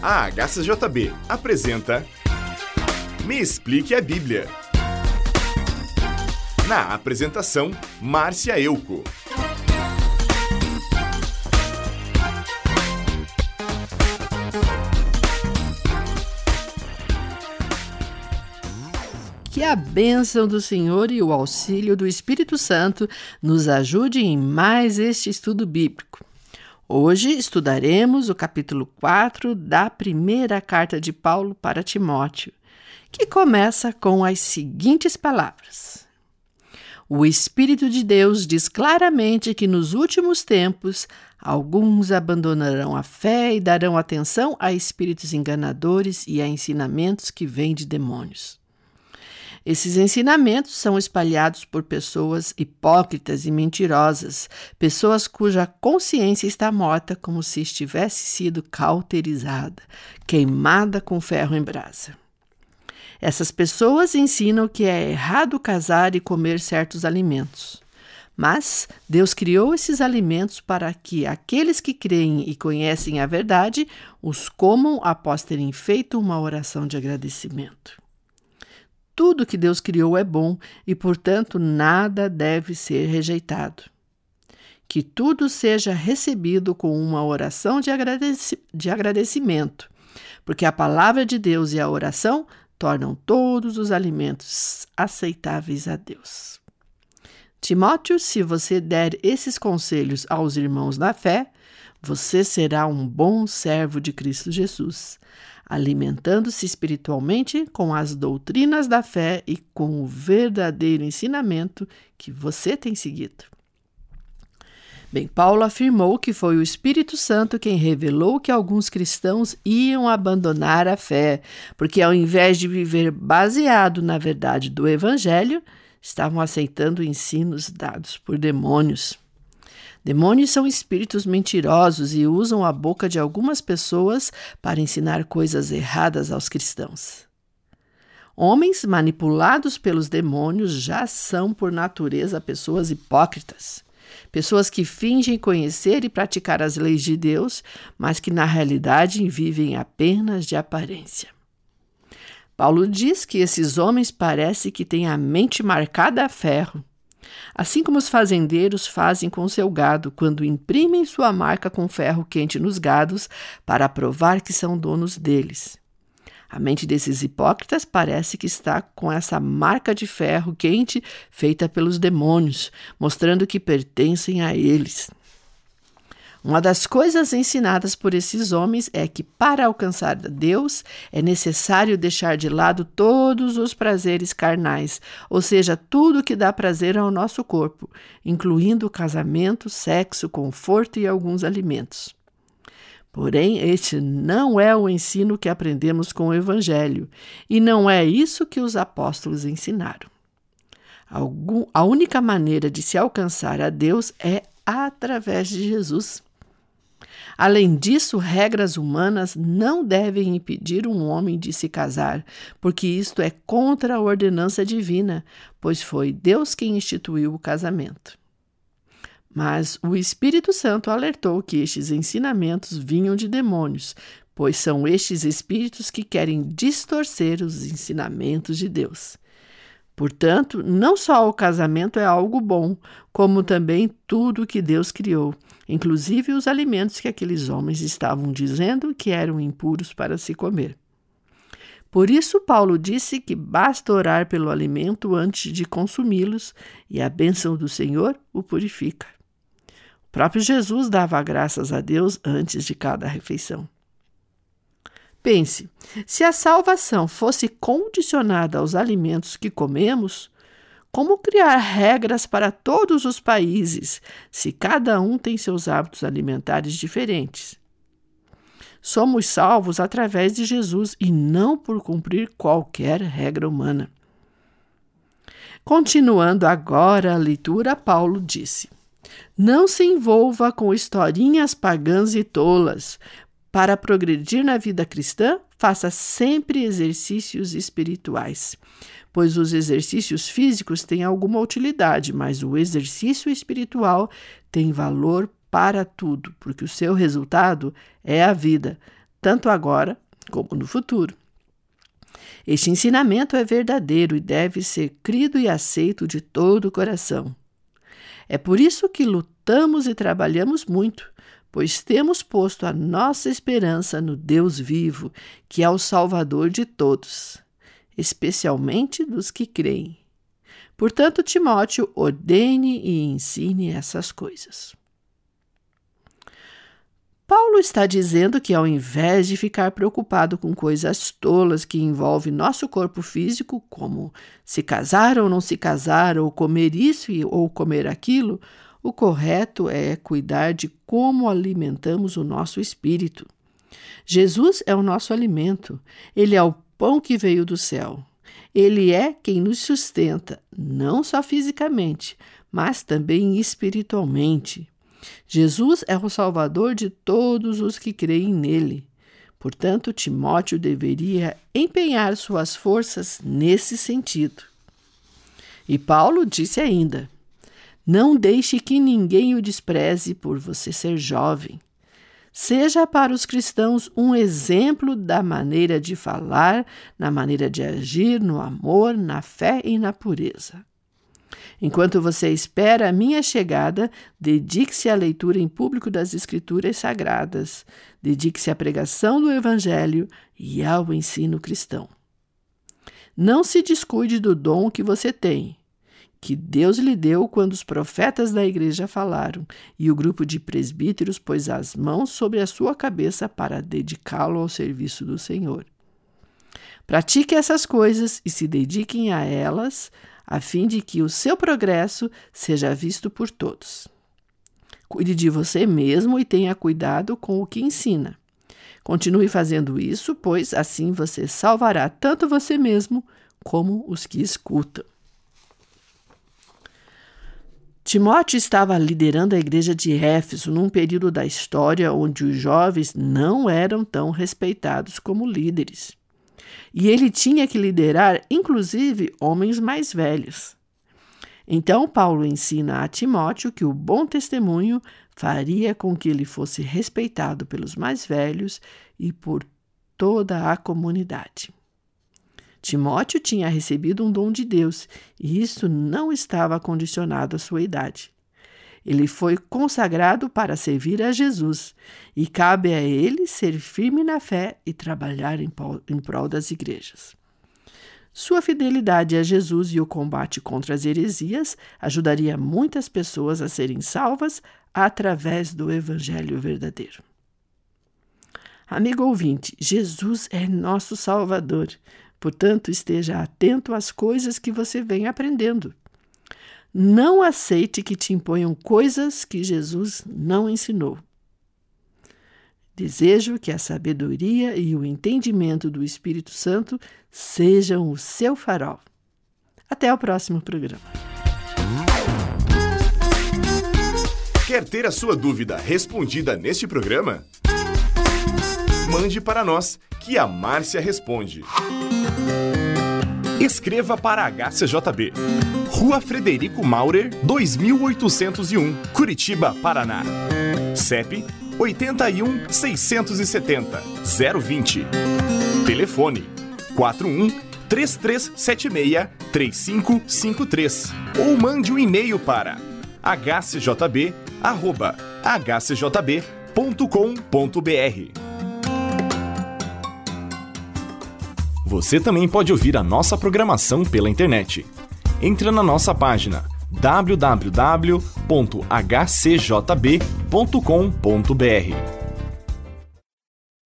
A HCJB apresenta Me Explique a Bíblia. Na apresentação, Márcia Euco. Que a bênção do Senhor e o auxílio do Espírito Santo nos ajude em mais este estudo bíblico. Hoje estudaremos o capítulo 4 da primeira carta de Paulo para Timóteo, que começa com as seguintes palavras. O Espírito de Deus diz claramente que nos últimos tempos alguns abandonarão a fé e darão atenção a espíritos enganadores e a ensinamentos que vêm de demônios. Esses ensinamentos são espalhados por pessoas hipócritas e mentirosas, pessoas cuja consciência está morta como se estivesse sido cauterizada, queimada com ferro em brasa. Essas pessoas ensinam que é errado casar e comer certos alimentos. Mas Deus criou esses alimentos para que aqueles que creem e conhecem a verdade os comam após terem feito uma oração de agradecimento. Tudo que Deus criou é bom e, portanto, nada deve ser rejeitado. Que tudo seja recebido com uma oração de agradecimento, porque a palavra de Deus e a oração tornam todos os alimentos aceitáveis a Deus. Timóteo, se você der esses conselhos aos irmãos na fé, você será um bom servo de Cristo Jesus, alimentando-se espiritualmente com as doutrinas da fé e com o verdadeiro ensinamento que você tem seguido. Bem, Paulo afirmou que foi o Espírito Santo quem revelou que alguns cristãos iam abandonar a fé, porque ao invés de viver baseado na verdade do Evangelho, estavam aceitando ensinos dados por demônios. Demônios são espíritos mentirosos e usam a boca de algumas pessoas para ensinar coisas erradas aos cristãos. Homens manipulados pelos demônios já são, por natureza, pessoas hipócritas. Pessoas que fingem conhecer e praticar as leis de Deus, mas que na realidade vivem apenas de aparência. Paulo diz que esses homens parecem que têm a mente marcada a ferro. Assim como os fazendeiros fazem com seu gado quando imprimem sua marca com ferro quente nos gados para provar que são donos deles. A mente desses hipócritas parece que está com essa marca de ferro quente feita pelos demônios, mostrando que pertencem a eles. Uma das coisas ensinadas por esses homens é que, para alcançar Deus, é necessário deixar de lado todos os prazeres carnais, ou seja, tudo que dá prazer ao nosso corpo, incluindo casamento, sexo, conforto e alguns alimentos. Porém, este não é o ensino que aprendemos com o Evangelho, e não é isso que os apóstolos ensinaram. A única maneira de se alcançar a Deus é através de Jesus. Além disso, regras humanas não devem impedir um homem de se casar, porque isto é contra a ordenança divina, pois foi Deus quem instituiu o casamento. Mas o Espírito Santo alertou que estes ensinamentos vinham de demônios, pois são estes espíritos que querem distorcer os ensinamentos de Deus. Portanto, não só o casamento é algo bom, como também tudo que Deus criou, inclusive os alimentos que aqueles homens estavam dizendo que eram impuros para se comer. Por isso, Paulo disse que basta orar pelo alimento antes de consumi-los e a bênção do Senhor o purifica. O próprio Jesus dava graças a Deus antes de cada refeição. Pense, se a salvação fosse condicionada aos alimentos que comemos, como criar regras para todos os países, se cada um tem seus hábitos alimentares diferentes? Somos salvos através de Jesus e não por cumprir qualquer regra humana. Continuando agora a leitura, Paulo disse: não se envolva com historinhas pagãs e tolas. Para progredir na vida cristã, faça sempre exercícios espirituais, pois os exercícios físicos têm alguma utilidade, mas o exercício espiritual tem valor para tudo, porque o seu resultado é a vida, tanto agora como no futuro. Este ensinamento é verdadeiro e deve ser crido e aceito de todo o coração. É por isso que lutamos e trabalhamos muito, pois temos posto a nossa esperança no Deus vivo, que é o Salvador de todos, especialmente dos que creem. Portanto, Timóteo, ordene e ensine essas coisas. Paulo está dizendo que, ao invés de ficar preocupado com coisas tolas que envolvem nosso corpo físico, como se casar ou não se casar, ou comer isso ou comer aquilo, o correto é cuidar de como alimentamos o nosso espírito. Jesus é o nosso alimento. Ele é o pão que veio do céu. Ele é quem nos sustenta, não só fisicamente, mas também espiritualmente. Jesus é o Salvador de todos os que creem nele. Portanto, Timóteo deveria empenhar suas forças nesse sentido. E Paulo disse ainda: não deixe que ninguém o despreze por você ser jovem. Seja para os cristãos um exemplo da maneira de falar, na maneira de agir, no amor, na fé e na pureza. Enquanto você espera a minha chegada, dedique-se à leitura em público das Escrituras Sagradas, dedique-se à pregação do Evangelho e ao ensino cristão. Não se descuide do dom que você tem, que Deus lhe deu quando os profetas da igreja falaram e o grupo de presbíteros pôs as mãos sobre a sua cabeça para dedicá-lo ao serviço do Senhor. Pratique essas coisas e se dediquem a elas, a fim de que o seu progresso seja visto por todos. Cuide de você mesmo e tenha cuidado com o que ensina. Continue fazendo isso, pois assim você salvará tanto você mesmo como os que escutam. Timóteo estava liderando a igreja de Éfeso num período da história onde os jovens não eram tão respeitados como líderes. E ele tinha que liderar, inclusive, homens mais velhos. Então, Paulo ensina a Timóteo que o bom testemunho faria com que ele fosse respeitado pelos mais velhos e por toda a comunidade. Timóteo tinha recebido um dom de Deus e isso não estava condicionado à sua idade. Ele foi consagrado para servir a Jesus e cabe a ele ser firme na fé e trabalhar em prol das igrejas. Sua fidelidade a Jesus e o combate contra as heresias ajudaria muitas pessoas a serem salvas através do Evangelho verdadeiro. Amigo ouvinte, Jesus é nosso Salvador, portanto esteja atento às coisas que você vem aprendendo. Não aceite que te imponham coisas que Jesus não ensinou. Desejo que a sabedoria e o entendimento do Espírito Santo sejam o seu farol. Até o próximo programa. Quer ter a sua dúvida respondida neste programa? Mande para nós, que a Márcia responde. Escreva para HCJB, Rua Frederico Maurer, 2801, Curitiba, Paraná. CEP 81 670 020. Telefone 41 3376 3553. Ou mande um e-mail para hcjb@hcjb.com.br. Você também pode ouvir a nossa programação pela internet. Entre na nossa página www.hcjb.com.br.